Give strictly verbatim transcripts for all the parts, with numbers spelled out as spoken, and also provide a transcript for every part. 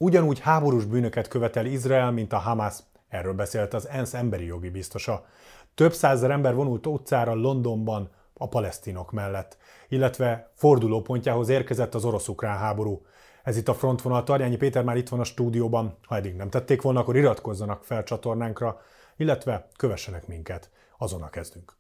ugyanúgy háborús bűnöket követel Izrael, mint a Hamas. Erről beszélt az ENSZ emberi jogi biztosa. Több százezer ember vonult utcára Londonban a palesztinok mellett, illetve fordulópontjához érkezett az orosz-ukrán háború. Ez itt a Frontvonal, Tarjányi Péter már itt van a stúdióban. Ha eddig nem tették volna, akkor iratkozzanak fel csatornánkra, illetve kövessenek minket. Azonnal kezdünk.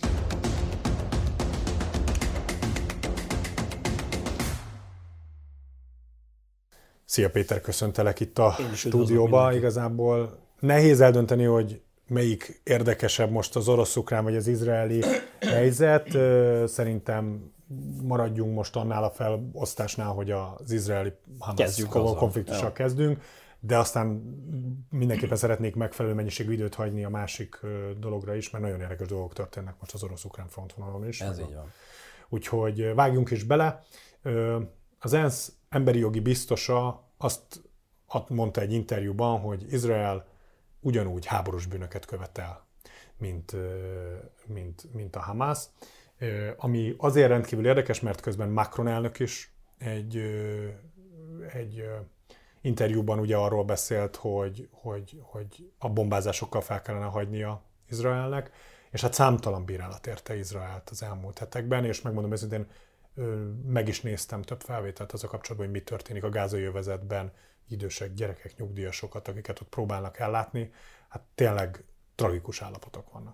Szia Péter, köszöntelek itt a stúdióban. Igazából nehéz eldönteni, hogy melyik érdekesebb most, az orosz-ukrán vagy az izraeli helyzet. Szerintem maradjunk most annál a felosztásnál, hogy az izraeli-Hamas konfliktussal ja. kezdünk, de aztán mindenképpen szeretnék megfelelő mennyiségű időt hagyni a másik dologra is, mert nagyon érdekes dolgok történnek most az orosz-ukrán frontvonalon is. Ez így van. Úgyhogy vágjunk is bele. Az ENSZ emberi jogi biztosa azt mondta egy interjúban, hogy Izrael ugyanúgy háborús bűnöket követel, mint, mint, mint a Hamas. Ami azért rendkívül érdekes, mert közben Macron elnök is egy, egy interjúban ugye arról beszélt, hogy, hogy, hogy a bombázásokkal fel kellene hagynia Izraelnek, és hát számtalan bírálat érte Izraelt az elmúlt hetekben, és megmondom őszintén, meg is néztem több felvételt az a kapcsolatban, hogy mi történik a gázai övezetben, idősek, gyerekek, nyugdíjasokat, akiket ott próbálnak ellátni. Hát tényleg tragikus állapotok vannak.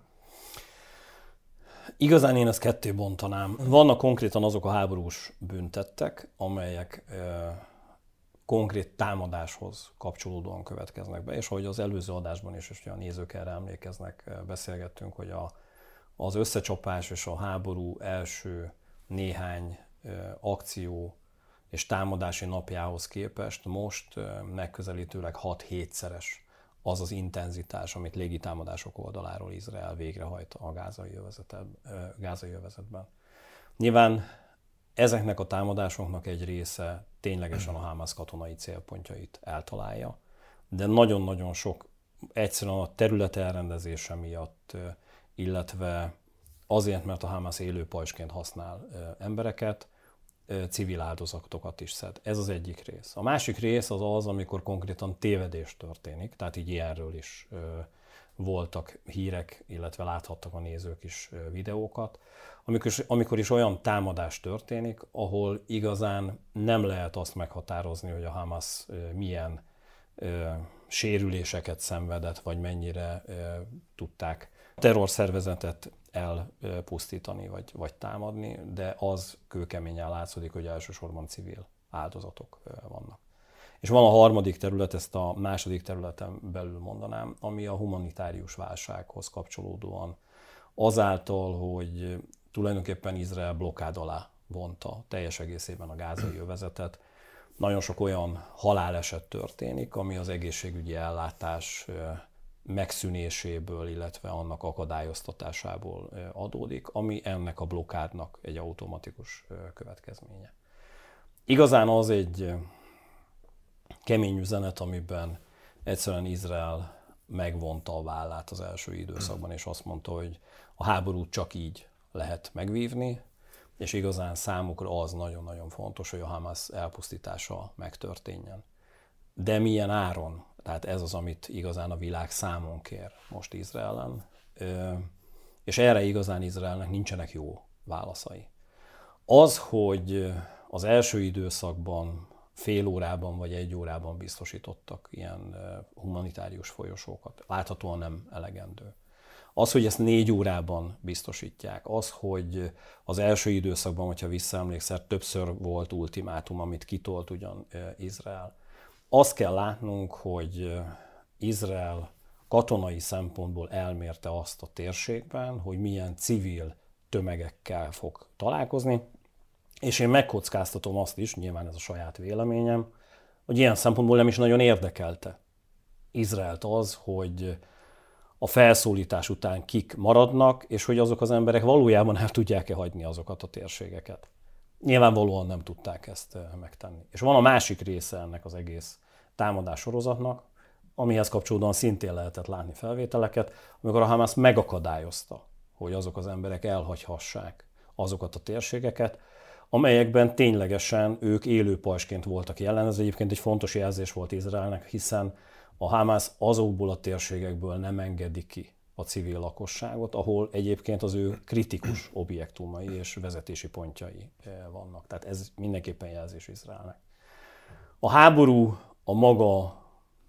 Igazán én ezt ketté bontanám. Vannak konkrétan azok a háborús bűntettek, amelyek e, konkrét támadáshoz kapcsolódóan következnek be, és ahogy az előző adásban is, és a nézők erre emlékeznek, beszélgettünk, hogy a, az összecsapás és a háború első néhány e, akció és támadási napjához képest most e, megközelítőleg hat-hétszeres az az intenzitás, amit légitámadások oldaláról Izrael végrehajt a gázai, gázai övezetben. Nyilván ezeknek a támadásoknak egy része ténylegesen a Hamas katonai célpontjait eltalálja, de nagyon-nagyon sok egyszerűen a terület elrendezése miatt, illetve azért, mert a Hamas élő pajzsként használ embereket, civil áldozatokat is szed. Ez az egyik rész. A másik rész az az, amikor konkrétan tévedés történik, tehát így ilyenről is ö, voltak hírek, illetve láthattak a nézők is ö, videókat, amikor, amikor is olyan támadás történik, ahol igazán nem lehet azt meghatározni, hogy a Hamas ö, milyen ö, sérüléseket szenvedett, vagy mennyire ö, tudták a terrorszervezetet elpusztítani, vagy, vagy támadni, de az kőkeményen látszódik, hogy elsősorban civil áldozatok vannak. És van a harmadik terület, ezt a második területen belül mondanám, ami a humanitárius válsághoz kapcsolódóan azáltal, hogy tulajdonképpen Izrael blokkád alá vonta teljes egészében a gázai övezetet, nagyon sok olyan haláleset történik, ami az egészségügyi ellátás megszűnéséből, illetve annak akadályoztatásából adódik, ami ennek a blokkádnak egy automatikus következménye. Igazán az egy kemény üzenet, amiben egyszerűen Izrael megvonta a vállát az első időszakban, és azt mondta, hogy a háborút csak így lehet megvívni, és igazán számukra az nagyon-nagyon fontos, hogy a Hamas elpusztítása megtörténjen. De milyen áron? Tehát ez az, amit igazán a világ számon kér most Izraelen, és erre igazán Izraelnek nincsenek jó válaszai. Az, hogy az első időszakban fél órában vagy egy órában biztosítottak ilyen humanitárius folyosókat, láthatóan nem elegendő. Az, hogy ezt négy órában biztosítják, az, hogy az első időszakban, hogyha visszaemlékszel, többször volt ultimátum, amit kitolt ugyan Izrael. Azt kell látnunk, hogy Izrael katonai szempontból elmérte azt a térségben, hogy milyen civil tömegekkel fog találkozni, és én megkockáztatom azt is, nyilván ez a saját véleményem, hogy ilyen szempontból nem is nagyon érdekelte Izraelt az, hogy a felszólítás után kik maradnak, és hogy azok az emberek valójában el tudják-e hagyni azokat a térségeket. Nyilvánvalóan nem tudták ezt megtenni. És van a másik része ennek az egész támadás sorozatnak, amihez kapcsolódóan szintén lehetett látni felvételeket, amikor a Hamas megakadályozta, hogy azok az emberek elhagyhassák azokat a térségeket, amelyekben ténylegesen ők élő pajsként voltak jelen. Ez egyébként egy fontos jelzés volt Izraelnek, hiszen a Hamász azokból a térségekből nem engedi ki a civil lakosságot, ahol egyébként az ő kritikus objektumai és vezetési pontjai vannak. Tehát ez mindenképpen jelzés Izraelnek. A háború a maga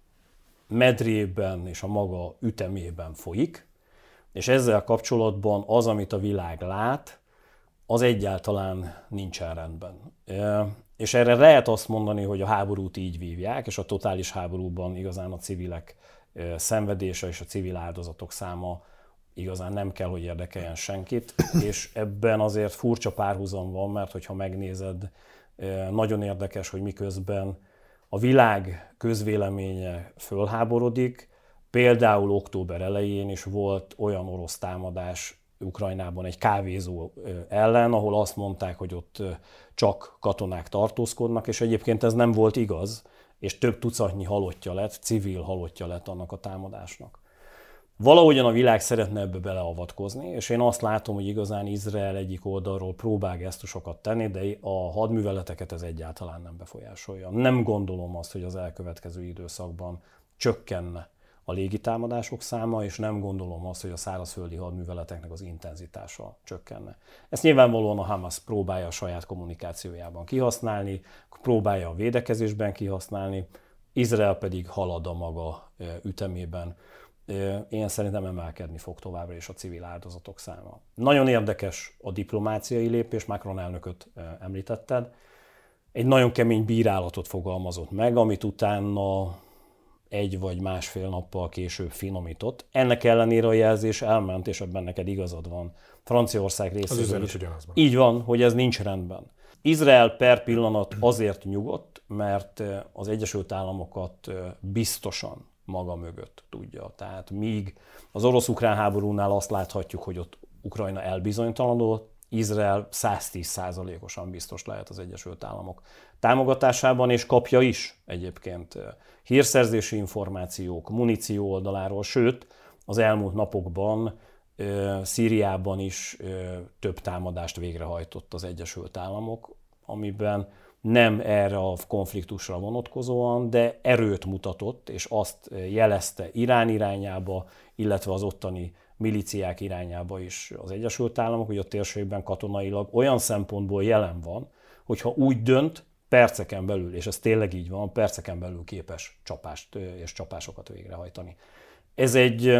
medrében és a maga ütemében folyik, és ezzel kapcsolatban az, amit a világ lát, az egyáltalán nincsen rendben. És erre lehet azt mondani, hogy a háborút így vívják, és a totális háborúban igazán a civilek szenvedése és a civil áldozatok száma igazán nem kell, hogy érdekeljen senkit, és ebben azért furcsa párhuzam van, mert hogyha megnézed, nagyon érdekes, hogy miközben a világ közvéleménye fölháborodik, például október elején is volt olyan orosz támadás Ukrajnában egy kávézó ellen, ahol azt mondták, hogy ott csak katonák tartózkodnak, és egyébként ez nem volt igaz, és több tucatnyi halottja lett, civil halottja lett annak a támadásnak. Valahogyan a világ szeretne ebbe beleavatkozni, és én azt látom, hogy igazán Izrael egyik oldalról próbál gesztusokat tenni, de a hadműveleteket ez egyáltalán nem befolyásolja. Nem gondolom azt, hogy az elkövetkező időszakban csökkenne a légitámadások száma, és nem gondolom azt, hogy a szárazföldi hadműveleteknek az intenzitása csökkenne. Ezt nyilvánvalóan a Hamas próbálja a saját kommunikációjában kihasználni, próbálja a védekezésben kihasználni, Izrael pedig halad a maga ütemében. Én szerintem emelkedni fog továbbra is a civil áldozatok száma. Nagyon érdekes a diplomáciai lépés, Macron elnököt említetted. Egy nagyon kemény bírálatot fogalmazott meg, amit utána egy vagy másfél nappal később finomított. Ennek ellenére a jelzés elment, és ebben neked igazad van. Franciaország részéről is. Így van, hogy ez nincs rendben. Izrael per pillanat azért nyugodt, mert az Egyesült Államokat biztosan maga mögött tudja. Tehát míg az orosz-ukrán háborúnál azt láthatjuk, hogy ott Ukrajna elbizonytalanodott, Izrael száztíz százalékosan biztos lehet az Egyesült Államok támogatásában, és kapja is egyébként hírszerzési információk, muníció oldaláról, sőt, az elmúlt napokban Szíriában is több támadást végrehajtott az Egyesült Államok, amiben nem erre a konfliktusra vonatkozóan, de erőt mutatott, és azt jelezte Irán irányába, illetve az ottani milíciák irányába is az Egyesült Államok, hogy a térségben katonailag olyan szempontból jelen van, hogyha úgy dönt, perceken belül, és ez tényleg így van, perceken belül képes csapást és csapásokat végrehajtani. Ez egy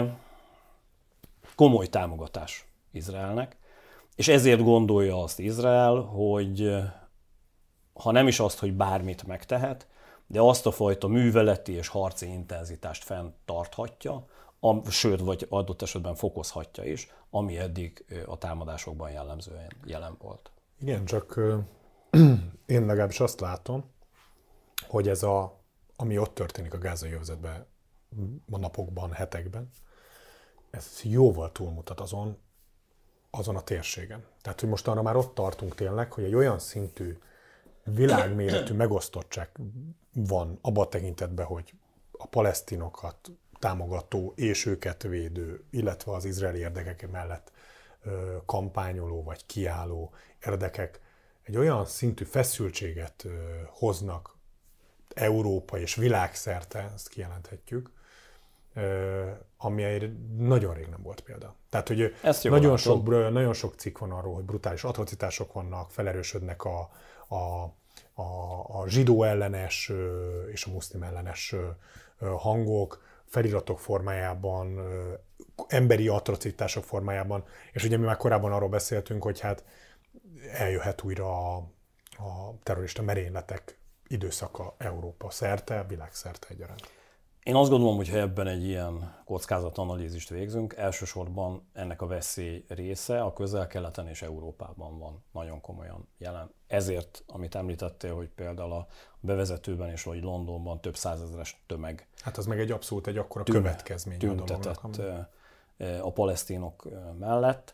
komoly támogatás Izraelnek, és ezért gondolja azt Izrael, hogy ha nem is azt, hogy bármit megtehet, de azt a fajta műveleti és harci intenzitást fenntarthatja, a, sőt, vagy adott esetben fokozhatja is, ami eddig a támadásokban jellemzően jelen volt. Igen, csak én legalábbis azt látom, hogy ez a, ami ott történik a gázai övezetben a napokban, hetekben, ez jóval túlmutat azon, azon a térségen. Tehát, hogy most arra már ott tartunk tényleg, hogy egy olyan szintű világméretű megosztottság van abban a tekintetben, hogy a palesztinokat támogató és őket védő, illetve az izraeli érdekek mellett ö, kampányoló vagy kiálló érdekek egy olyan szintű feszültséget ö, hoznak Európa és világszerte, ezt kijelenthetjük, ö, ami nagyon rég nem volt példa. Tehát, hogy nagyon sok, nagyon sok cikk van arról, hogy brutális atrocitások vannak, felerősödnek a, a, a, a zsidó ellenes és a muszlim ellenes hangok, feliratok formájában, emberi atrocitások formájában, és ugye mi már korábban arról beszéltünk, hogy hát eljöhet újra a, a terrorista merényletek időszaka Európa szerte, világszerte egyaránt. Én azt gondolom, hogy ha ebben egy ilyen kockázatanalízist végzünk, elsősorban ennek a veszély része a Közel-Keleten és Európában van nagyon komolyan jelen. Ezért, amit említettél, hogy például a bevezetőben és vagy Londonban több százezres tömeg. Hát az meg egy abszolút egy akkora tűn, következmény tüntetett a, a palesztinok mellett.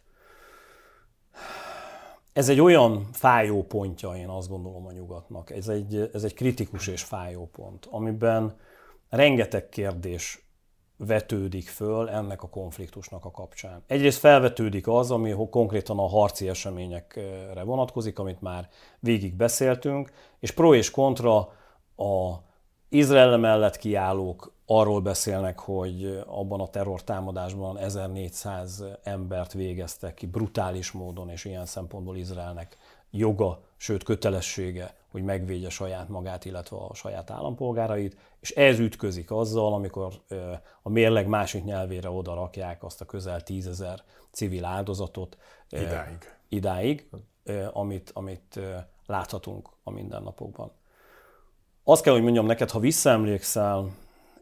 Ez egy olyan fájó pontja, én azt gondolom, a nyugatnak. Ez egy, ez egy kritikus és fájó pont, amiben rengeteg kérdés vetődik föl ennek a konfliktusnak a kapcsán. Egyrészt felvetődik az, ami konkrétan a harci eseményekre vonatkozik, amit már végig beszéltünk, és pro és kontra a Izrael mellett kiállók arról beszélnek, hogy abban a terrortámadásban ezernégyszáz embert végeztek ki brutális módon, és ilyen szempontból Izraelnek joga, sőt kötelessége, hogy megvédje saját magát, illetve a saját állampolgárait, és ez ütközik azzal, amikor a mérleg másik nyelvére oda rakják azt a közel tízezer civil áldozatot. Idáig. Idáig, amit, amit láthatunk a mindennapokban. Azt kell, hogy mondjam neked, ha visszaemlékszel,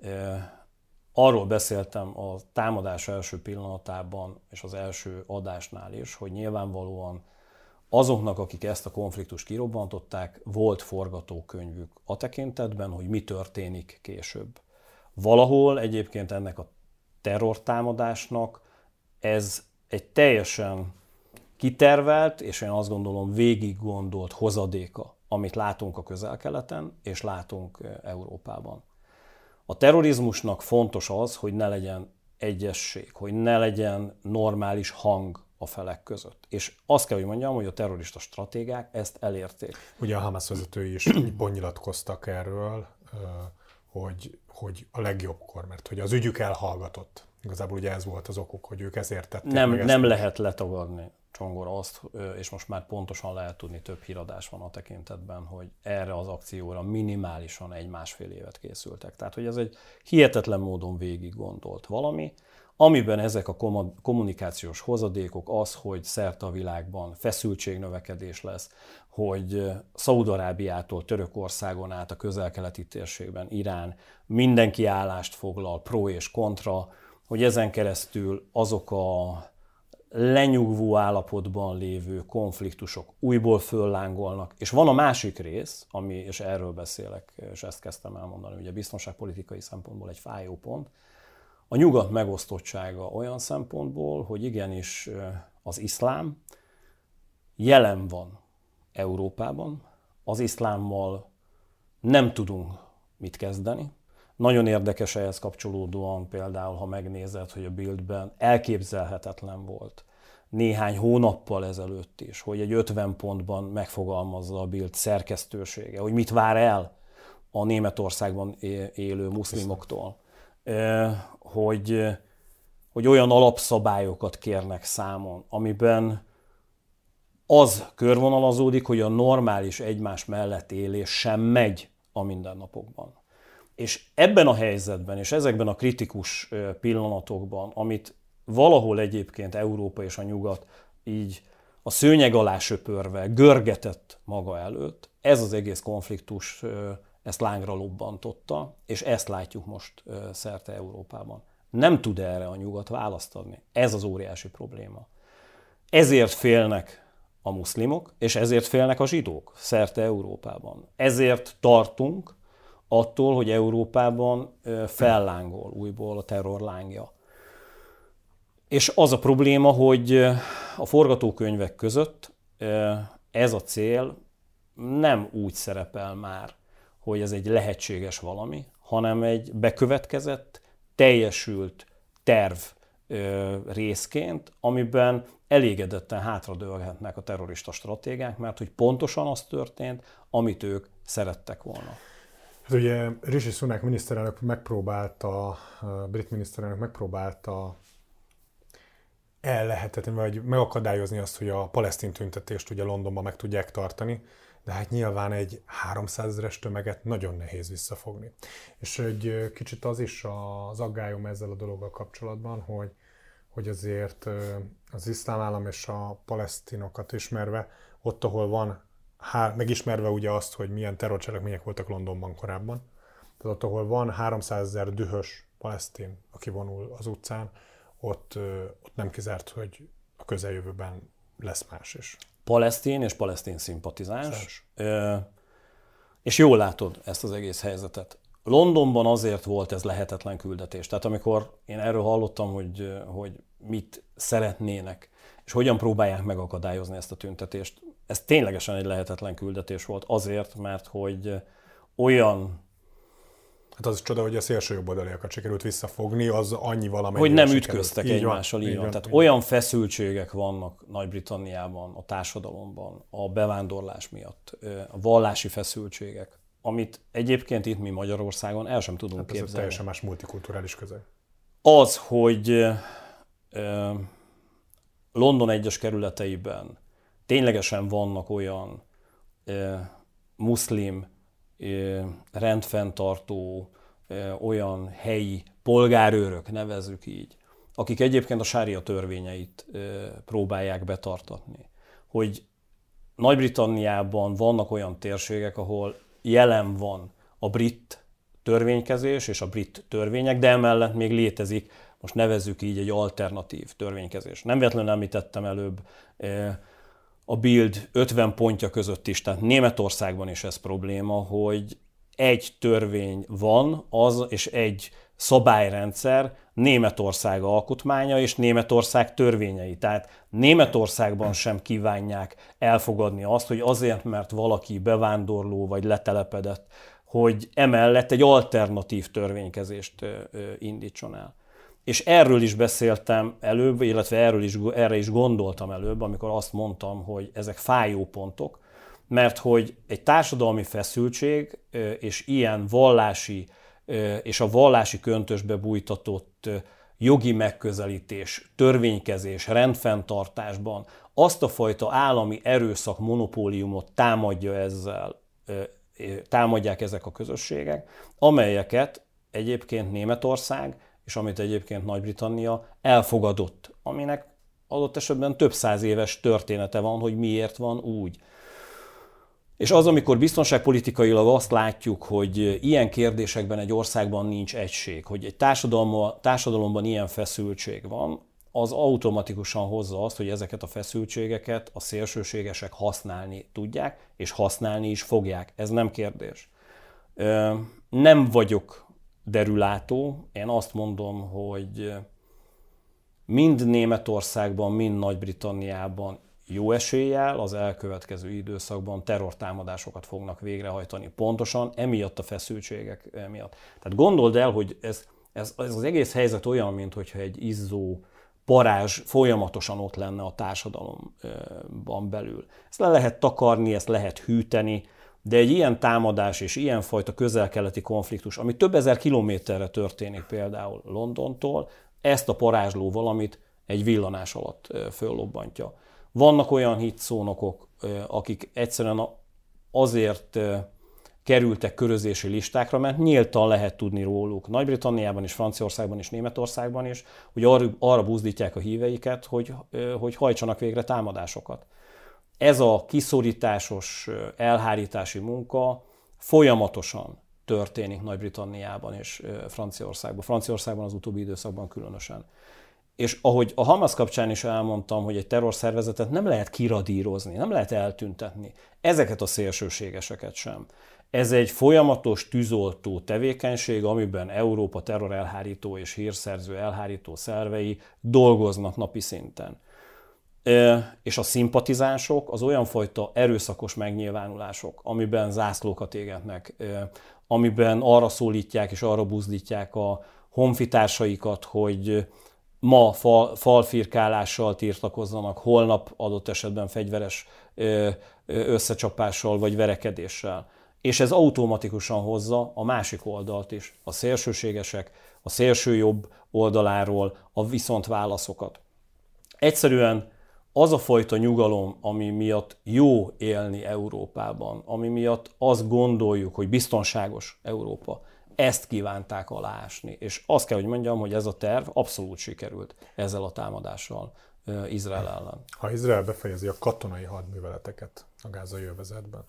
arról beszéltem a támadás első pillanatában és az első adásnál is, hogy nyilvánvalóan azoknak, akik ezt a konfliktust kirobbantották, volt forgatókönyvük a tekintetben, hogy mi történik később. Valahol egyébként ennek a terrortámadásnak ez egy teljesen kitervelt, és én azt gondolom végig gondolt hozadéka, amit látunk a Közel-Keleten, és látunk Európában. A terrorizmusnak fontos az, hogy ne legyen egyesség, hogy ne legyen normális hang a felek között. És azt kell, hogy mondjam, hogy a terrorista stratégák ezt elérték. Ugye a Hamas vezetői is pont nyilatkoztak erről, hogy, hogy a legjobbkor, mert hogy az ügyük elhallgatott. Igazából ugye ez volt az okuk, hogy ők ezért tették Nem, meg nem lehet letagadni, Csongor, azt, és most már pontosan lehet tudni, több híradás van a tekintetben, hogy erre az akcióra minimálisan egy-másfél évet készültek. Tehát, hogy ez egy hihetetlen módon végig gondolt valami, amiben ezek a kommunikációs hozadékok az, hogy szerte a világban feszültségnövekedés lesz, hogy Szaúd-Arábiától Törökországon át a közel-keleti térségben Irán mindenki állást foglal, pro és kontra, hogy ezen keresztül azok a lenyugvó állapotban lévő konfliktusok újból föllángolnak. És van a másik rész, ami, és erről beszélek, és ezt kezdtem elmondani, ugye biztonságpolitikai szempontból egy fájó pont, a nyugat megosztottsága olyan szempontból, hogy igenis az iszlám jelen van Európában, az iszlámmal nem tudunk mit kezdeni. Nagyon érdekes ehhez kapcsolódóan például, ha megnézed, hogy a Bildben elképzelhetetlen volt néhány hónappal ezelőtt is, hogy egy ötven pontban megfogalmazza a Bild szerkesztősége, hogy mit vár el a Németországban élő muszlimoktól. Hogy, hogy olyan alapszabályokat kérnek számon, amiben az körvonalazódik, hogy a normális egymás mellett élés sem megy a mindennapokban. És ebben a helyzetben, és ezekben a kritikus pillanatokban, amit valahol egyébként Európa és a nyugat így a szőnyeg alá söpörve görgetett maga előtt, ez az egész konfliktus ezt lángra lobbantotta, és ezt látjuk most szerte Európában. Nem tud erre a nyugat választ adni. Ez az óriási probléma. Ezért félnek a muszlimok, és ezért félnek a zsidók szerte Európában. Ezért tartunk attól, hogy Európában fellángol újból a terror lángja. És az a probléma, hogy a forgatókönyvek között ez a cél nem úgy szerepel már, hogy ez egy lehetséges valami, hanem egy bekövetkezett, teljesült terv részként, amiben elégedetten hátradőlhetnek a terrorista stratégák, mert hogy pontosan az történt, amit ők szerettek volna. Hát ugye Rishi Sunak miniszterelnök megpróbálta, a brit miniszterelnök megpróbálta ellehetetleníteni, vagy megakadályozni azt, hogy a palesztin tüntetést ugye Londonban meg tudják tartani, de hát nyilván egy háromszázezres tömeget nagyon nehéz visszafogni. És egy kicsit az is az aggályom ezzel a dologgal kapcsolatban, hogy, hogy azért az iszlám állam és a palesztinokat ismerve, ott, ahol van, megismerve ugye azt, hogy milyen terrorcselekmények voltak Londonban korábban, tehát ott, ahol van háromszázezer dühös palesztin, aki vonul az utcán, ott, ott nem kizárt, hogy a közeljövőben lesz más is. Palesztin és palesztin szimpatizáns. Ö, és jól látod ezt az egész helyzetet. Londonban azért volt ez lehetetlen küldetés. Tehát amikor én erről hallottam, hogy, hogy mit szeretnének, és hogyan próbálják megakadályozni ezt a tüntetést, ez ténylegesen egy lehetetlen küldetés volt azért, mert hogy olyan Hát az csoda, hogy a szélső jobboldaliakat sikerült visszafogni, az annyi valamennyi. Hogy nem sikerült. ütköztek így egymással, van, így van. van. Tehát olyan feszültségek vannak Nagy-Britanniában, a társadalomban, a bevándorlás miatt, a vallási feszültségek, amit egyébként itt mi Magyarországon el sem tudunk hát ez képzelni. teljesen más multikulturális közeg. Az, hogy London egyes kerületeiben ténylegesen vannak olyan muszlim, rendfenntartó, olyan helyi polgárőrök, nevezzük így, akik egyébként a sária törvényeit próbálják betartatni. Hogy Nagy-Britanniában vannak olyan térségek, ahol jelen van a brit törvénykezés és a brit törvények, de emellett még létezik, most nevezzük így, egy alternatív törvénykezés. Nem véletlenül említettem előbb a Bild ötven pontja között is, tehát Németországban is ez probléma, hogy egy törvény van, az és egy szabályrendszer, Németország alkotmánya és Németország törvényei. Tehát Németországban sem kívánják elfogadni azt, hogy azért, mert valaki bevándorló vagy letelepedett, hogy emellett egy alternatív törvénykezést indítson el. És erről is beszéltem előbb, illetve erről is, erre is gondoltam előbb, amikor azt mondtam, hogy ezek fájó pontok, mert hogy egy társadalmi feszültség és ilyen vallási és a vallási köntösbe bújtatott jogi megközelítés, törvénykezés, rendfenntartásban azt a fajta állami erőszak monopóliumot támadja ezzel, támadják ezek a közösségek, amelyeket egyébként Németország, és amit egyébként Nagy-Britannia elfogadott, aminek adott esetben több száz éves története van, hogy miért van úgy. És az, amikor biztonságpolitikailag azt látjuk, hogy ilyen kérdésekben egy országban nincs egység, hogy egy társadalomban ilyen feszültség van, az automatikusan hozza azt, hogy ezeket a feszültségeket a szélsőségesek használni tudják, és használni is fogják. Ez nem kérdés. Nem vagyok derülátó. Én azt mondom, hogy mind Németországban, mind Nagy-Britanniában jó eséllyel az elkövetkező időszakban terrortámadásokat fognak végrehajtani. Pontosan emiatt a feszültségek miatt. Tehát gondold el, hogy ez, ez, ez az egész helyzet olyan, mintha egy izzó parázs folyamatosan ott lenne a társadalomban belül. Ezt le lehet takarni, ezt lehet hűteni, de egy ilyen támadás és ilyenfajta közel-keleti konfliktus, ami több ezer kilométerre történik például Londontól, ezt a parázsló valamit egy villanás alatt föllobbantja. Vannak olyan hitszónokok, akik egyszerűen azért kerültek körözési listákra, mert nyíltan lehet tudni róluk Nagy-Britanniában is, Franciaországban is, Németországban is, hogy arra, arra buzdítják a híveiket, hogy, hogy hajtsanak végre támadásokat. Ez a kiszorításos elhárítási munka folyamatosan történik Nagy-Britanniában és Franciaországban. Franciaországban az utóbbi időszakban különösen. És ahogy a Hamas kapcsán is elmondtam, hogy egy terrorszervezetet nem lehet kiradírozni, nem lehet eltüntetni. Ezeket a szélsőségeseket sem. Ez egy folyamatos tűzoltó tevékenység, amiben Európa terrorelhárító és hírszerző elhárító szervei dolgoznak napi szinten. És a szimpatizánsok az olyan fajta erőszakos megnyilvánulások, amiben zászlókat égetnek, amiben arra szólítják és arra buzdítják a honfitársaikat, hogy ma fal, falfirkálással tiltakozzanak, holnap adott esetben fegyveres összecsapással vagy verekedéssel. És ez automatikusan hozza a másik oldalt is, a szélsőségesek, a szélső jobb oldaláról a viszontválaszokat. Egyszerűen az a fajta nyugalom, ami miatt jó élni Európában, ami miatt azt gondoljuk, hogy biztonságos Európa, ezt kívánták aláásni. És azt kell, hogy mondjam, hogy ez a terv abszolút sikerült ezzel a támadással Izrael ellen. Ha Izrael befejezi a katonai hadműveleteket a gázai övezetben,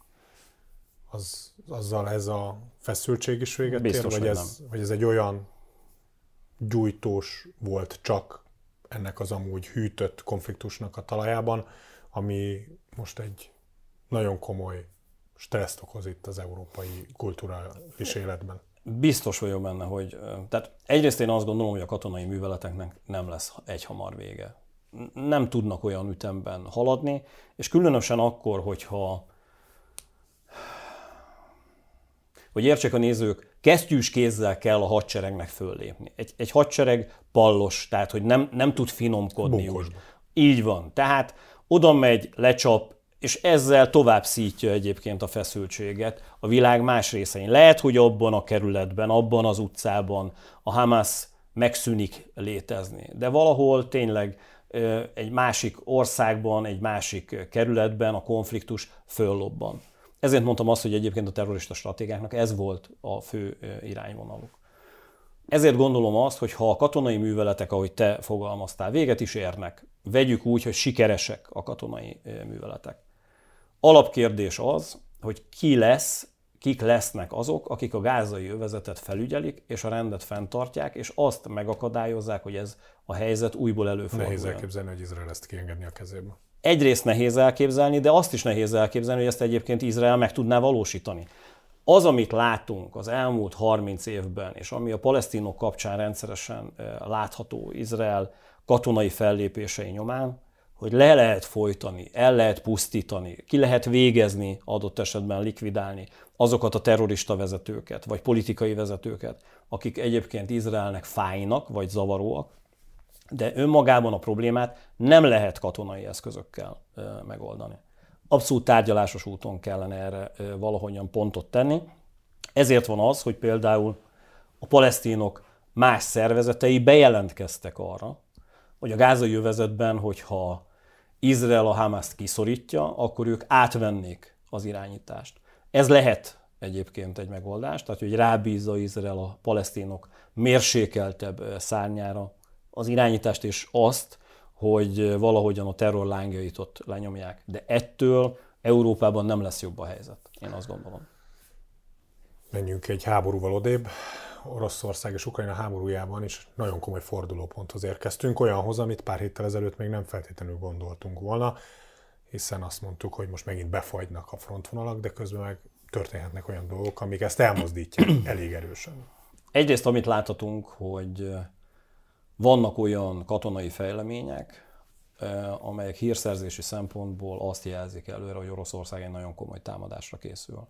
az, azzal ez a feszültség is véget ér, vagy ez, vagy ez egy olyan gyújtós volt csak ennek az amúgy hűtött konfliktusnak a talajában, ami most egy nagyon komoly stresszt okoz itt az európai kulturális életben. Biztos vagyok benne, hogy... Tehát egyrészt én azt gondolom, hogy a katonai műveleteknek nem lesz egyhamar vége. Nem tudnak olyan ütemben haladni, és különösen akkor, hogyha... Hogy értsék a nézők, kesztyűs kézzel kell a hadseregnek föllépni. Egy, egy hadsereg pallos, tehát hogy nem, nem tud finomkodni. Úgy. Így van. Tehát oda megy, lecsap, és ezzel tovább szítja egyébként a feszültséget a világ más részein. Lehet, hogy abban a kerületben, abban az utcában a Hamas megszűnik létezni, de valahol tényleg egy másik országban, egy másik kerületben a konfliktus föllobban. Ezért mondtam azt, hogy egyébként a terrorista stratégiáknak ez volt a fő irányvonaluk. Ezért gondolom azt, hogy ha a katonai műveletek, ahogy te fogalmaztál, véget is érnek, vegyük úgy, hogy sikeresek a katonai műveletek. Alapkérdés az, hogy ki lesz, kik lesznek azok, akik a gázai övezetet felügyelik, és a rendet fenntartják, és azt megakadályozzák, hogy ez a helyzet újból előforduljon. Nehéz elképzelni, hogy Izrael ezt kiengedni a kezébe. Egyrészt nehéz elképzelni, de azt is nehéz elképzelni, hogy ezt egyébként Izrael meg tudná valósítani. Az, amit látunk az elmúlt harminc évben, és ami a palesztinok kapcsán rendszeresen látható Izrael katonai fellépései nyomán, hogy le lehet folytani, el lehet pusztítani, ki lehet végezni, adott esetben likvidálni azokat a terrorista vezetőket, vagy politikai vezetőket, akik egyébként Izraelnek fájnak, vagy zavaróak, de önmagában a problémát nem lehet katonai eszközökkel megoldani. Abszolút tárgyalásos úton kellene erre valahogyan pontot tenni. Ezért van az, hogy például a palesztinok más szervezetei bejelentkeztek arra, hogy a gázai övezetben, hogyha Izrael a Hamaszt kiszorítja, akkor ők átvennék az irányítást. Ez lehet egyébként egy megoldás, tehát hogy rábízza Izrael a palesztinok mérsékeltebb szárnyára az irányítást és azt, hogy valahogyan a terror lángjait ott lenyomják. De ettől Európában nem lesz jobb a helyzet, én azt gondolom. Menjünk egy háborúval odébb. Oroszország és Ukrajna háborújában is nagyon komoly fordulóponthoz érkeztünk, olyanhoz, amit pár héttel ezelőtt még nem feltétlenül gondoltunk volna, hiszen azt mondtuk, hogy most megint befagynak a frontvonalak, de közben meg történhetnek olyan dolgok, amik ezt elmozdítják elég erősen. Egyrészt amit láthatunk, hogy vannak olyan katonai fejlemények, amelyek hírszerzési szempontból azt jelzik előre, hogy Oroszország egy nagyon komoly támadásra készül.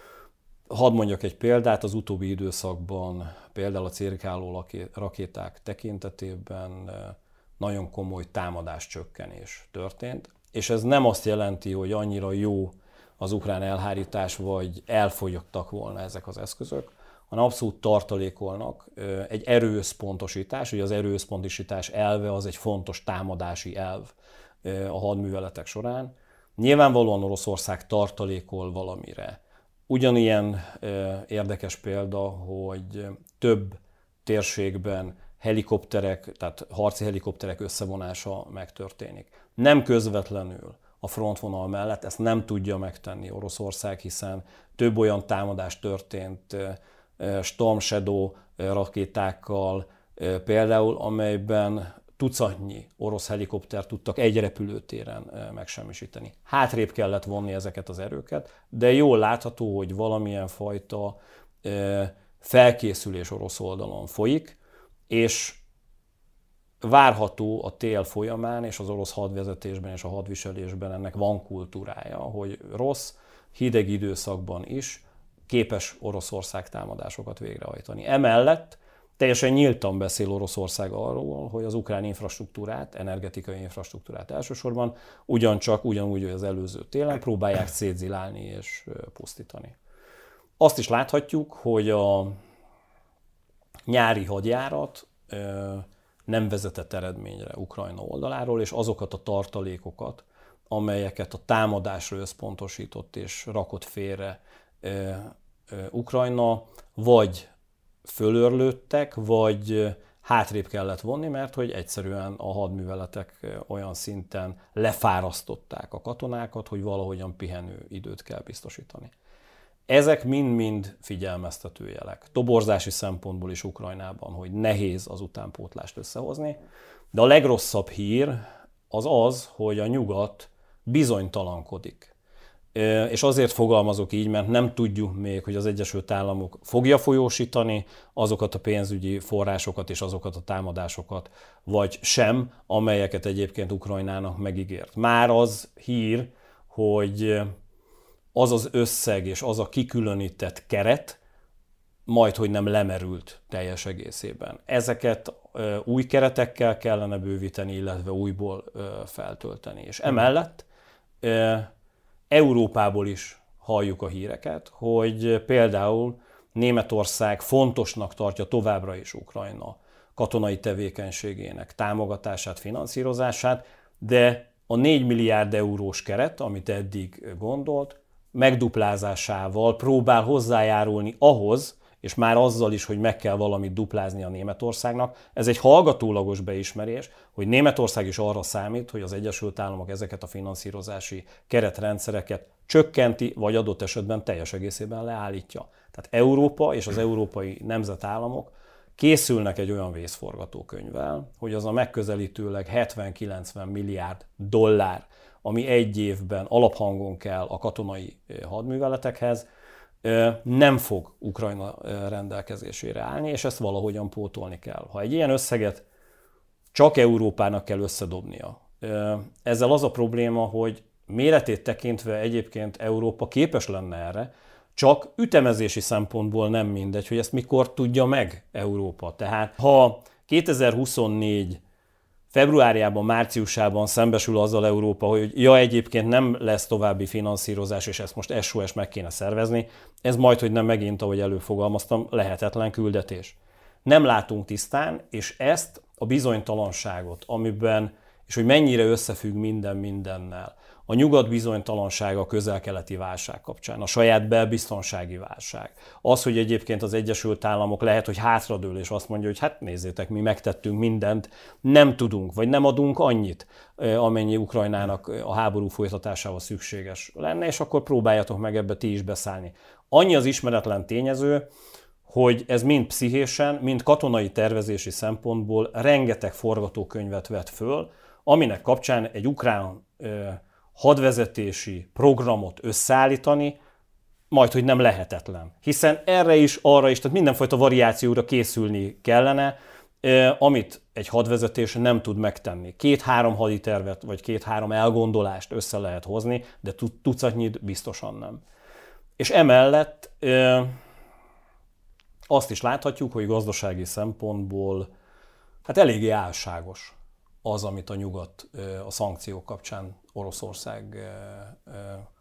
Hadd mondjak egy példát, az utóbbi időszakban például a cirkáló rakéták tekintetében nagyon komoly támadáscsökkenés történt, és ez nem azt jelenti, hogy annyira jó az ukrán elhárítás, vagy elfogyottak volna ezek az eszközök, hanem abszolút tartalékolnak egy erőösszpontosítás, ugye az erőösszpontosítás elve az egy fontos támadási elv a hadműveletek során. Nyilvánvalóan Oroszország tartalékol valamire. Ugyanilyen érdekes példa, hogy több térségben helikopterek, tehát harci helikopterek összevonása megtörténik. Nem közvetlenül a frontvonal mellett, ezt nem tudja megtenni Oroszország, hiszen több olyan támadás történt Storm Shadow rakétákkal például, amelyben tucatnyi orosz helikoptert tudtak egy repülőtéren megsemmisíteni. Hátrébb kellett vonni ezeket az erőket, de jól látható, hogy valamilyen fajta felkészülés orosz oldalon folyik, és várható a tél folyamán, és az orosz hadvezetésben és a hadviselésben ennek van kultúrája, hogy rossz, hideg időszakban is képes Oroszország támadásokat végrehajtani. Emellett teljesen nyíltan beszél Oroszország arról, hogy az ukrán infrastruktúrát, energetikai infrastruktúrát elsősorban ugyancsak, ugyanúgy, hogy az előző télen próbálják szétzilálni és pusztítani. Azt is láthatjuk, hogy a nyári hadjárat nem vezetett eredményre Ukrajna oldaláról, és azokat a tartalékokat, amelyeket a támadásra összpontosított és rakott félre Ukrajna, vagy fölörlődtek, vagy hátrébb kellett vonni, mert hogy egyszerűen a hadműveletek olyan szinten lefárasztották a katonákat, hogy valahogyan pihenő időt kell biztosítani. Ezek mind-mind figyelmeztető jelek. Toborzási szempontból is Ukrajnában, hogy nehéz az utánpótlást összehozni, de a legrosszabb hír az az, hogy a nyugat bizonytalankodik. És azért fogalmazok így, mert nem tudjuk még, hogy az Egyesült Államok fogja folyósítani azokat a pénzügyi forrásokat és azokat a támadásokat, vagy sem, amelyeket egyébként Ukrajnának megígért. Már az hír, hogy az az összeg és az a kikülönített keret, majd hogy nem lemerült teljes egészében. Ezeket ö, új keretekkel kellene bővíteni, illetve újból ö, feltölteni. És emellett ö, Európából is halljuk a híreket, hogy például Németország fontosnak tartja továbbra is Ukrajna katonai tevékenységének támogatását, finanszírozását, de a négy milliárd eurós keret, amit eddig gondolt, megduplázásával próbál hozzájárulni ahhoz, és már azzal is, hogy meg kell valamit duplázni a Németországnak. Ez egy hallgatólagos beismerés, hogy Németország is arra számít, hogy az Egyesült Államok ezeket a finanszírozási keretrendszereket csökkenti, vagy adott esetben teljes egészében leállítja. Tehát Európa és az európai nemzetállamok készülnek egy olyan vészforgatókönyvvel, hogy az a megközelítőleg hetven-kilencven milliárd dollár, ami egy évben alaphangon kell a katonai hadműveletekhez, nem fog Ukrajna rendelkezésére állni, és ezt valahogyan pótolni kell. Ha egy ilyen összeget csak Európának kell összedobnia, ezzel az a probléma, hogy méretét tekintve egyébként Európa képes lenne erre, csak ütemezési szempontból nem mindegy, hogy ezt mikor tudja meg Európa. Tehát ha kétezer-huszonnégy februárjában, márciusában szembesül azzal Európa, hogy ja, egyébként nem lesz további finanszírozás, és ezt most es o es meg kéne szervezni, ez majd, hogy nem megint, ahogy előfogalmaztam, lehetetlen küldetés. Nem látunk tisztán, és ezt a bizonytalanságot, amiben, és hogy mennyire összefügg minden mindennel, a nyugat bizonytalansága a közel-keleti válság kapcsán, a saját belbiztonsági válság. Az, hogy egyébként az Egyesült Államok lehet, hogy hátradől, és azt mondja, hogy hát nézzétek, mi megtettünk mindent, nem tudunk, vagy nem adunk annyit, amennyi Ukrajnának a háború folytatásához szükséges lenne, és akkor próbáljatok meg ebbe ti is beszállni. Annyi az ismeretlen tényező, hogy ez mind pszichésen, mind katonai tervezési szempontból rengeteg forgatókönyvet vet föl, aminek kapcsán egy ukrán hadvezetési programot összeállítani, majd, hogy nem lehetetlen. Hiszen erre is, arra is, tehát mindenfajta variációra készülni kellene, amit egy hadvezetés nem tud megtenni. Két-három haditervet, vagy két-három elgondolást össze lehet hozni, de tucatnyit biztosan nem. És emellett azt is láthatjuk, hogy gazdasági szempontból hát eléggé álságos az, amit a nyugat a szankciók kapcsán Oroszországgal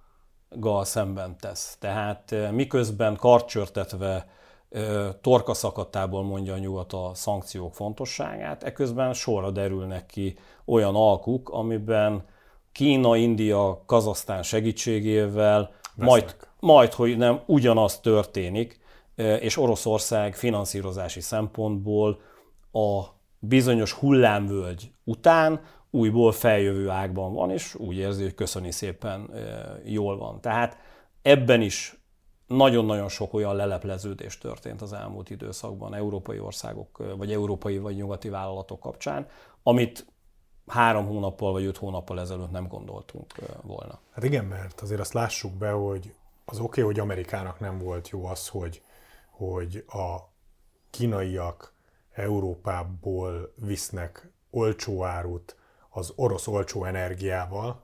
szemben tesz. Tehát miközben kartcsörtetve torka szakadtából mondja a nyugat a szankciók fontosságát, eközben sorra derülnek ki olyan alkuk, amiben Kína, India, Kazahsztán segítségével majd, majd, hogy nem, ugyanaz történik, és Oroszország finanszírozási szempontból a bizonyos hullámvölgy után újból feljövő ágban van, és úgy érzi, hogy köszöni szépen, jól van. Tehát ebben is nagyon-nagyon sok olyan lelepleződés történt az elmúlt időszakban európai országok, vagy európai, vagy nyugati vállalatok kapcsán, amit három hónappal, vagy öt hónappal ezelőtt nem gondoltunk volna. Hát igen, mert azért azt lássuk be, hogy az oké, okay, hogy Amerikának nem volt jó az, hogy, hogy a kínaiak Európából visznek olcsó árut az orosz olcsó energiával,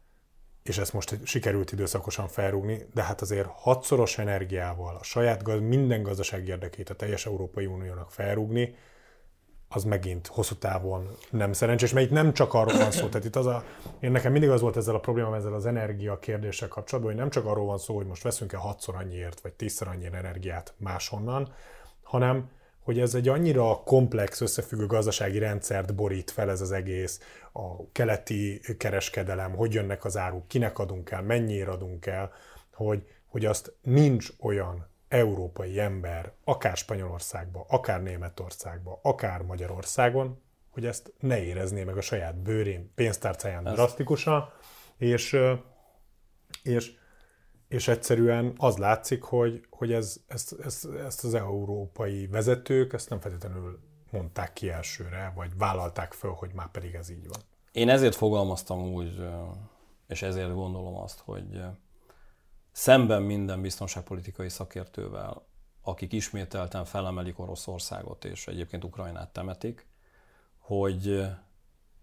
és ezt most sikerült időszakosan felrúgni, de hát azért hatszoros energiával a saját gaz, minden gazdaság érdekét a teljes Európai Uniónak felrúgni, az megint hosszú távon nem szerencsés, mert itt nem csak arról van szó, tehát itt az a, én nekem mindig az volt ezzel a problémám, ezzel az energia kérdéssel kapcsolatban, hogy nem csak arról van szó, hogy most veszünk-e hatszor annyiért, vagy tízszer annyi energiát máshonnan, hanem hogy ez egy annyira komplex, összefüggő gazdasági rendszert borít fel ez az egész, a keleti kereskedelem, hogy jönnek az áruk, kinek adunk el, mennyire adunk el, hogy, hogy azt nincs olyan európai ember, akár Spanyolországban, akár Németországban, akár Magyarországon, hogy ezt ne érezné meg a saját bőrén, pénztárcáján ez drasztikusan, és, és, és egyszerűen az látszik, hogy, hogy ez, ezt, ezt, ezt az európai vezetők ezt nem feltétlenül mondták ki elsőre, vagy vállalták föl, hogy már pedig ez így van. Én ezért fogalmaztam úgy, és ezért gondolom azt, hogy szemben minden biztonságpolitikai szakértővel, akik ismételten felemelik Oroszországot és egyébként Ukrajnát temetik, hogy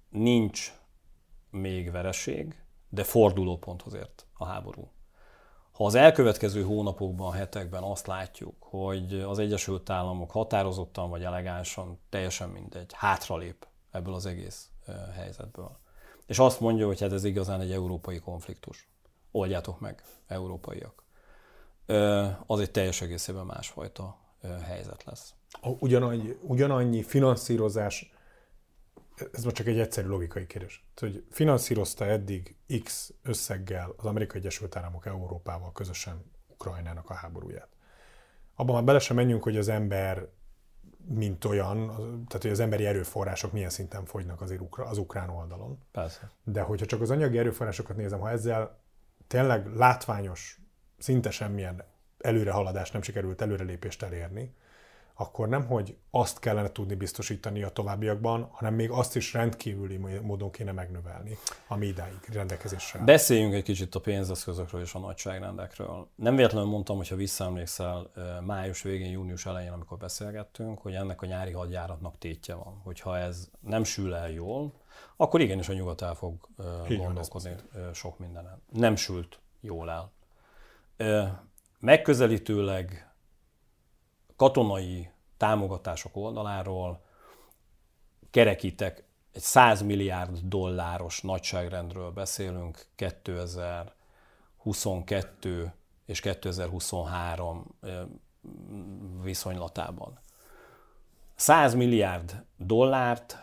nincs még vereség, de fordulóponthoz ért a háború. Ha az elkövetkező hónapokban, hetekben azt látjuk, hogy az Egyesült Államok határozottan vagy elegánsan, teljesen mindegy, hátralép ebből az egész helyzetből, és azt mondja, hogy hát ez igazán egy európai konfliktus, oldjátok meg, európaiak, az egy teljes egészében másfajta helyzet lesz. Ugyanannyi, ugyanannyi finanszírozás, ez most csak egy egyszerű logikai kérdés, hogy finanszírozta eddig X összeggel az Amerikai Egyesült Államok Európával közösen Ukrajnának a háborúját. Abban már bele sem menjünk, hogy az ember mint olyan, tehát hogy az emberi erőforrások milyen szinten fogynak az, az ukrán oldalon. Persze. De hogyha csak az anyagi erőforrásokat nézem, ha ezzel tényleg látványos, szinte semmilyen előrehaladást nem sikerült előrelépést elérni, akkor nem, hogy azt kellene tudni biztosítani a továbbiakban, hanem még azt is rendkívüli módon kéne megnövelni, ami idáig rendelkezésre áll. Beszéljünk egy kicsit a pénzeszközökről és a nagyságrendekről. Nem véletlenül mondtam, hogyha visszaemlékszel május végén, június elején, amikor beszélgettünk, hogy ennek a nyári hadjáratnak tétje van. Hogyha ez nem sül el jól, akkor igenis a nyugat el fog Így gondolkozni van, sok mindenen. Nem sült jól el. Megközelítőleg katonai támogatások oldaláról kerekítek, egy száz milliárd dolláros nagyságrendről beszélünk kétezer-huszonkettő és kétezer-huszonhárom viszonylatában. száz milliárd dollárt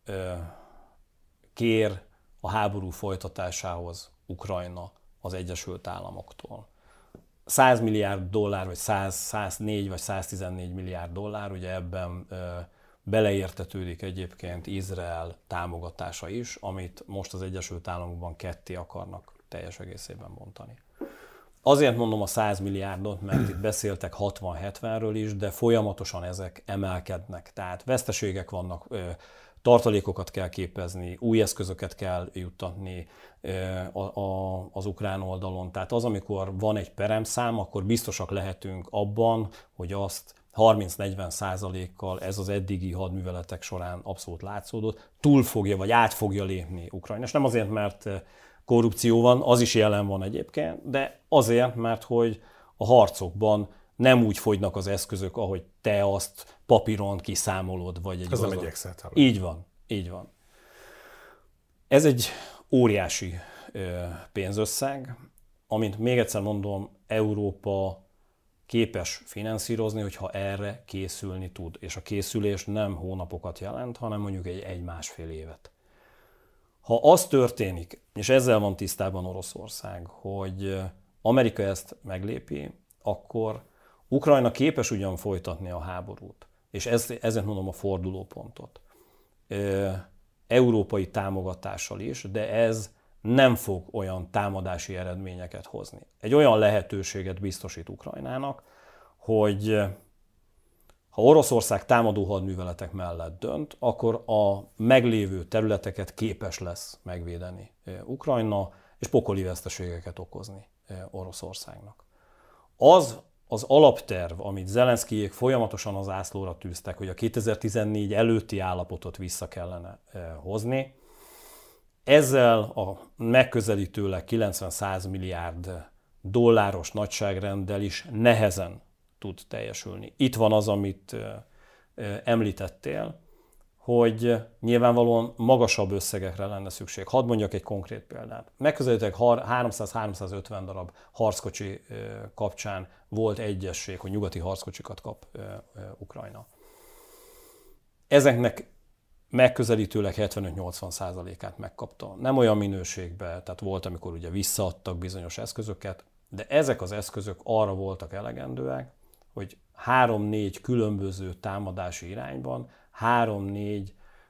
kér a háború folytatásához Ukrajna az Egyesült Államoktól. száz milliárd dollár, vagy száz, száznégy vagy száztizennégy milliárd dollár, ugye ebben ö, beleértetődik egyébként Izrael támogatása is, amit most az Egyesült Államokban ketté akarnak teljes egészében bontani. Azért mondom a száz milliárdot, mert itt beszéltek hatvan-hetvenről is, de folyamatosan ezek emelkednek. Tehát veszteségek vannak, ö, tartalékokat kell képezni, új eszközöket kell juttatni az ukrán oldalon. Tehát az, amikor van egy peremszám, akkor biztosak lehetünk abban, hogy azt harminc-negyven százalékkal ez az eddigi hadműveletek során abszolút látszódott, túl fogja, vagy át fogja lépni Ukrajna. És nem azért, mert korrupció van, az is jelen van egyébként, de azért, mert hogy a harcokban nem úgy fogynak az eszközök, ahogy te azt papíron kiszámolod, vagy egy Ez gazdag... nem egy Excel tábla. Így van, így van. Ez egy óriási pénzösszeg, amint még egyszer mondom, Európa képes finanszírozni, hogyha erre készülni tud. És a készülés nem hónapokat jelent, hanem mondjuk egy, egy másfél évet. Ha az történik, és ezzel van tisztában Oroszország, hogy Amerika ezt meglépi, akkor Ukrajna képes ugyan folytatni a háborút, és ez, ezért mondom a fordulópontot, e, európai támogatással is, de ez nem fog olyan támadási eredményeket hozni. Egy olyan lehetőséget biztosít Ukrajnának, hogy ha Oroszország támadó hadműveletek mellett dönt, akkor a meglévő területeket képes lesz megvédeni Ukrajna, és pokoli veszteségeket okozni Oroszországnak. Az az alapterv, amit Zelenszkijék folyamatosan az ászlóra tűztek, hogy a kétezer-tizennégy előtti állapotot vissza kellene hozni, ezzel a megközelítőleg kilencven-száz milliárd dolláros nagyságrenddel is nehezen tud teljesülni. Itt van az, amit említettél, hogy nyilvánvalóan magasabb összegekre lenne szükség. Hadd mondjak egy konkrét példát. Megközelítőleg háromszáz-háromszázötven darab harckocsi kapcsán volt egyesség, hogy nyugati harckocsikat kap Ukrajna. Ezeknek megközelítőleg hetvenöt-nyolcvan százalékát megkapta. Nem olyan minőségben, tehát volt, amikor ugye visszaadtak bizonyos eszközöket, de ezek az eszközök arra voltak elegendőek, hogy három-négy különböző támadási irányban, három-négy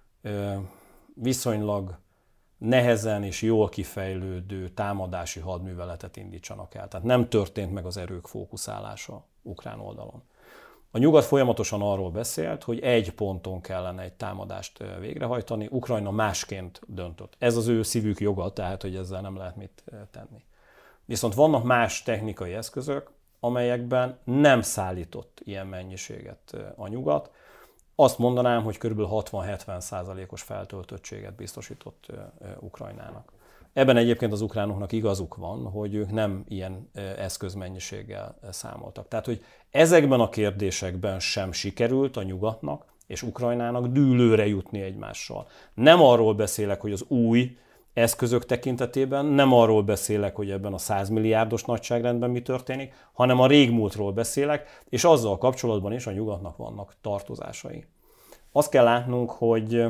viszonylag nehezen és jól kifejlődő támadási hadműveletet indítsanak el. Tehát nem történt meg az erők fókuszálása ukrán oldalon. A nyugat folyamatosan arról beszélt, hogy egy ponton kellene egy támadást végrehajtani, Ukrajna másként döntött. Ez az ő szívük joga, tehát hogy ezzel nem lehet mit tenni. Viszont vannak más technikai eszközök, amelyekben nem szállított ilyen mennyiséget a nyugat. Azt mondanám, hogy kb. hatvan-hetven százalékos feltöltöttséget biztosított Ukrajnának. Ebben egyébként az ukránoknak igazuk van, hogy ők nem ilyen eszközmennyiséggel számoltak. Tehát, hogy ezekben a kérdésekben sem sikerült a nyugatnak és Ukrajnának dűlőre jutni egymással. Nem arról beszélek, hogy az új eszközök tekintetében, nem arról beszélek, hogy ebben a száz milliárdos nagyságrendben mi történik, hanem a régmúltról beszélek, és azzal kapcsolatban is a nyugatnak vannak tartozásai. Azt kell látnunk, hogy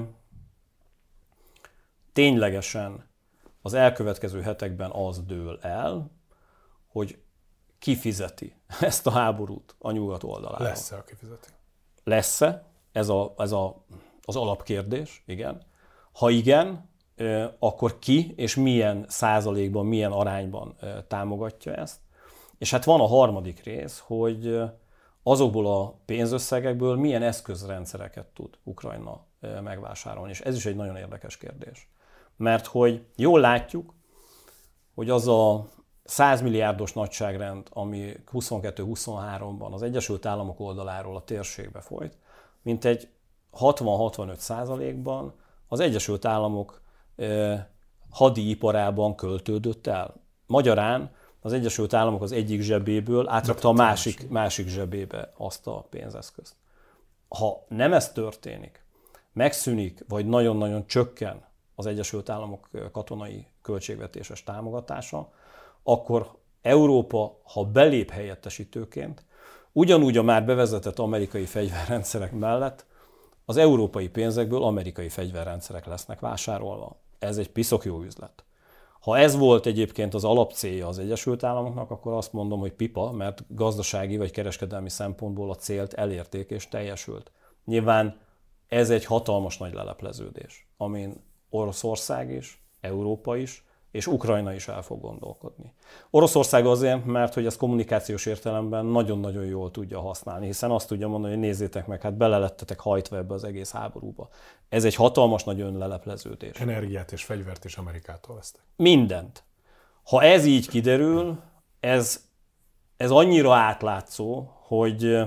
ténylegesen az elkövetkező hetekben az dől el, hogy ki fizeti ezt a háborút a nyugat oldalára. Lesz-e, aki fizeti? Lesz-e? Ez, a, ez a, az alapkérdés, igen. Ha igen, akkor ki és milyen százalékban, milyen arányban támogatja ezt. És hát van a harmadik rész, hogy azokból a pénzösszegekből milyen eszközrendszereket tud Ukrajna megvásárolni. És ez is egy nagyon érdekes kérdés. Mert hogy jól látjuk, hogy az a száz milliárdos nagyságrend, ami huszonkettő-huszonháromban az Egyesült Államok oldaláról a térségbe folyt, mint egy hatvan-hatvanöt százalékban az Egyesült Államok eh, hadiiparában költődött el. Magyarán az Egyesült Államok az egyik zsebéből átrakta a másik, másik zsebébe azt a pénzeszközt. Ha nem ez történik, megszűnik, vagy nagyon-nagyon csökken az Egyesült Államok katonai költségvetéses támogatása, akkor Európa, ha belép helyettesítőként, ugyanúgy a már bevezetett amerikai fegyverrendszerek mellett az európai pénzekből amerikai fegyverrendszerek lesznek vásárolva. Ez egy piszok jó üzlet. Ha ez volt egyébként az alapcélja az Egyesült Államoknak, akkor azt mondom, hogy pipa, mert gazdasági vagy kereskedelmi szempontból a célt elérték és teljesült. Nyilván ez egy hatalmas nagy lelepleződés, amin Oroszország is, Európa is, és Ukrajna is el fog gondolkodni. Oroszország azért, mert hogy ez kommunikációs értelemben nagyon-nagyon jól tudja használni, hiszen azt tudja mondani, hogy nézzétek meg, hát belelettetek hajtva ebbe az egész háborúba. Ez egy hatalmas nagy önlelepleződés. Energiát és fegyvert is Amerikától vesztek. Mindent. Ha ez így kiderül, ez, ez annyira átlátszó, hogy,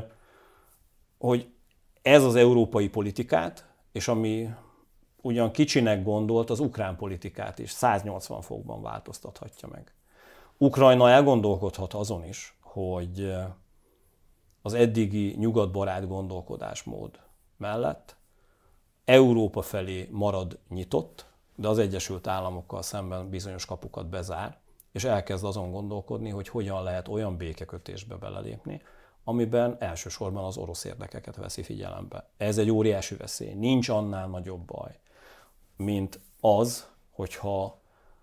hogy ez az európai politikát, és ami ugyan kicsinek gondolt, az ukrán politikát is száznyolcvan fokban változtathatja meg. Ukrajna elgondolkodhat azon is, hogy az eddigi nyugatbarát gondolkodásmód mellett Európa felé marad nyitott, de az Egyesült Államokkal szemben bizonyos kapukat bezár, és elkezd azon gondolkodni, hogy hogyan lehet olyan békekötésbe belelépni, amiben elsősorban az orosz érdekeket veszi figyelembe. Ez egy óriási veszély. Nincs annál nagyobb baj, mint az, hogyha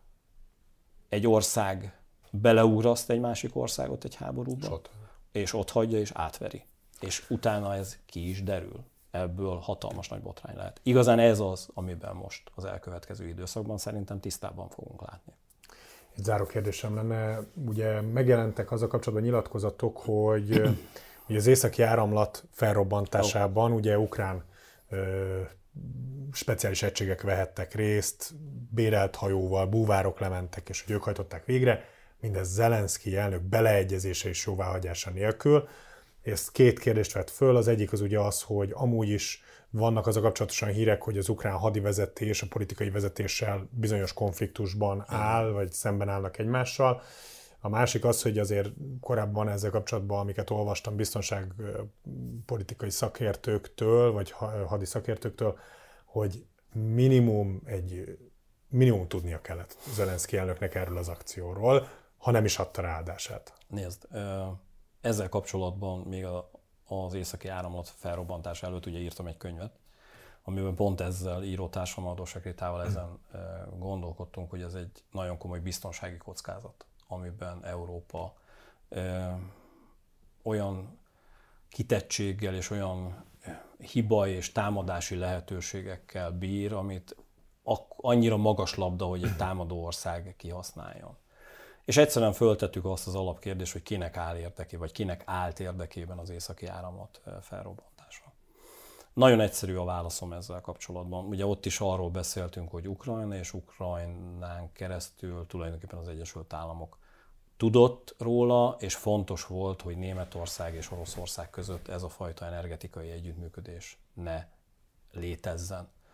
egy ország beleugraszt egy másik országot egy háborúba, Sot. és ott hagyja és átveri. És utána ez ki is derül. Ebből hatalmas nagy botrány lehet. Igazán ez az, amiben most az elkövetkező időszakban szerintem tisztában fogunk látni. Egy záró kérdésem lenne, ugye megjelentek azzal kapcsolatban nyilatkozatok, hogy ugye az északi áramlat felrobbantásában oh. ugye ukrán ö, speciális egységek vehettek részt, bérelt hajóval, búvárok lementek, és hogy ők hajtották végre, mindez Zelenszkij elnök beleegyezése és jóváhagyása nélkül. Ez két kérdést vett föl, az egyik az ugye az, hogy amúgy is vannak az a kapcsolatosan hírek, hogy az ukrán hadivezetés a politikai vezetéssel bizonyos konfliktusban áll, vagy szemben állnak egymással. A másik az, hogy azért korábban ezzel kapcsolatban, amiket olvastam biztonságpolitikai szakértőktől, vagy hadi szakértőktől, hogy minimum egy minimum tudnia kellett Zelenszkij elnöknek erről az akcióról, ha nem is adta ráadását. Nézd, ezzel kapcsolatban még az északi áramlat felrobbantása előtt ugye írtam egy könyvet, amiben pont ezzel írótársam Adós Krétával ezen gondolkodtunk, hogy ez egy nagyon komoly biztonsági kockázat, amiben Európa ö, olyan kitettséggel és olyan hiba és támadási lehetőségekkel bír, amit annyira magas labda, hogy egy támadó ország kihasználjon. És egyszerűen föltettük azt az alapkérdést, hogy kinek áll érdekében, vagy kinek állt érdekében az északi áramlat felrobbantása. Nagyon egyszerű a válaszom ezzel kapcsolatban. Ugye ott is arról beszéltünk, hogy Ukrajna és Ukrajnán keresztül tulajdonképpen az Egyesült Államok tudott róla, és fontos volt, hogy Németország és Oroszország között ez a fajta energetikai együttműködés ne létezzen.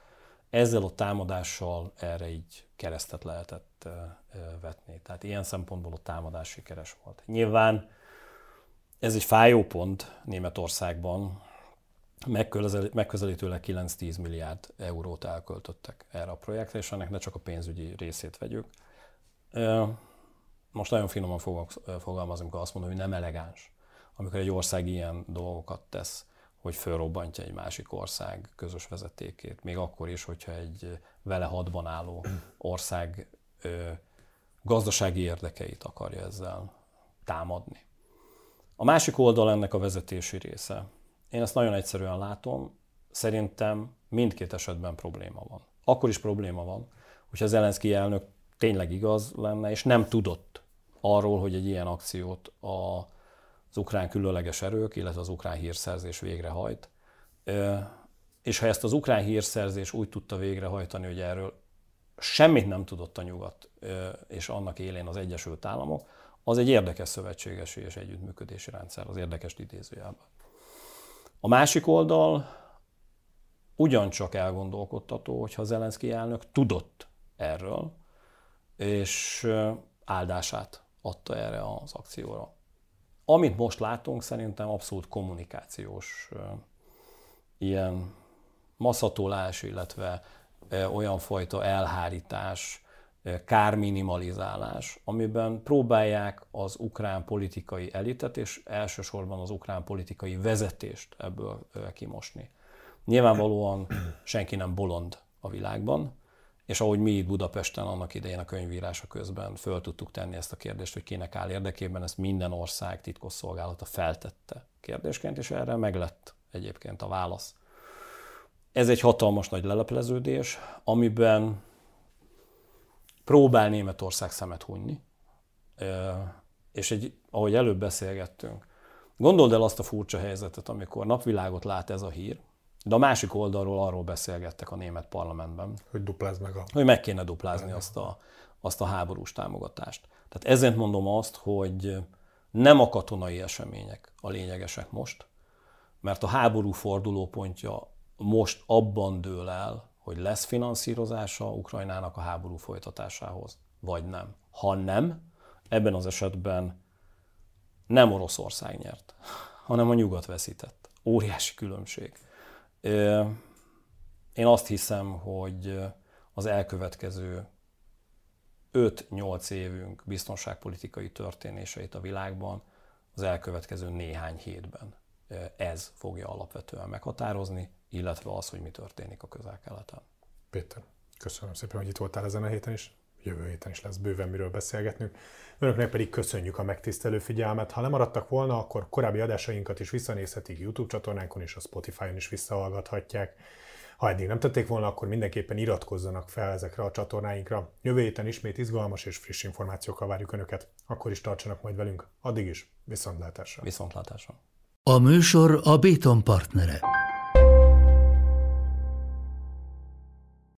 ezzel a támadással erre így keresztet lehetett vetni. Tehát ilyen szempontból a támadás sikeres volt. Nyilván ez egy fájó pont Németországban, megközelítőleg kilenc-tíz milliárd eurót elköltöttek erre a projektre, és ennek ne csak a pénzügyi részét vegyük. Most nagyon finoman fogalmazom, amikor azt mondom, hogy nem elegáns, amikor egy ország ilyen dolgokat tesz, hogy fölrobbantja egy másik ország közös vezetékét, még akkor is, hogyha egy vele hadban álló ország ö, gazdasági érdekeit akarja ezzel támadni. A másik oldal ennek a vezetési része. Én ezt nagyon egyszerűen látom, szerintem mindkét esetben probléma van. Akkor is probléma van, hogyha Zelenszkij elnök tényleg igaz lenne, és nem tudott arról, hogy egy ilyen akciót a az ukrán különleges erők, illetve az ukrán hírszerzés végrehajt. És ha ezt az ukrán hírszerzés úgy tudta végrehajtani, hogy erről semmit nem tudott a nyugat, és annak élén az Egyesült Államok, az egy érdekes szövetségesi és együttműködési rendszer, az érdekes idézőjelben. A másik oldal ugyancsak elgondolkodtató, hogyha Zelenszkij elnök tudott erről, és áldását adta erre az akcióra. Amit most látunk, szerintem abszolút kommunikációs uh, ilyen maszatolás, illetve uh, olyan fajta elhárítás, uh, kárminimalizálás, amiben próbálják az ukrán politikai elitet és elsősorban az ukrán politikai vezetést ebből uh, kimosni. Nyilvánvalóan senki nem bolond a világban, és ahogy mi itt Budapesten annak idején a könyvírása közben föl tudtuk tenni ezt a kérdést, hogy kinek áll érdekében, ezt minden ország titkosszolgálata feltette kérdésként, és erre meglett egyébként a válasz. Ez egy hatalmas nagy lelepleződés, amiben próbál Németország szemet hunyni, és egy, ahogy előbb beszélgettünk, gondold el azt a furcsa helyzetet, amikor napvilágot lát ez a hír, de a másik oldalról arról beszélgettek a német parlamentben, hogy duplázd meg a... hogy meg kéne duplázni azt a, azt a háborús támogatást. Tehát ezért mondom azt, hogy nem a katonai események a lényegesek most, mert a háború fordulópontja most abban dől el, hogy lesz finanszírozása Ukrajnának a háború folytatásához, vagy nem. Ha nem, ebben az esetben nem Oroszország nyert, hanem a nyugat veszített. Óriási különbség. Én azt hiszem, hogy az elkövetkező öt-nyolc évünk biztonságpolitikai történéseit a világban az elkövetkező néhány hétben ez fogja alapvetően meghatározni, illetve az, hogy mi történik a Közel-Keleten. Péter, köszönöm szépen, hogy itt voltál ezen a héten is. Jövő héten is lesz bőven miről beszélgetnünk. Önöknek pedig köszönjük a megtisztelő figyelmet. Ha lemaradtak volna, akkor korábbi adásainkat is visszanézhetik YouTube csatornánkon és a Spotify-on is visszahallgathatják. Ha eddig nem tették volna, akkor mindenképpen iratkozzanak fel ezekre a csatornáinkra. Jövő héten ismét izgalmas és friss információkkal várjuk Önöket. Akkor is tartsanak majd velünk. Addig is viszontlátásra. Viszontlátásra. A műsor a Béton partnere.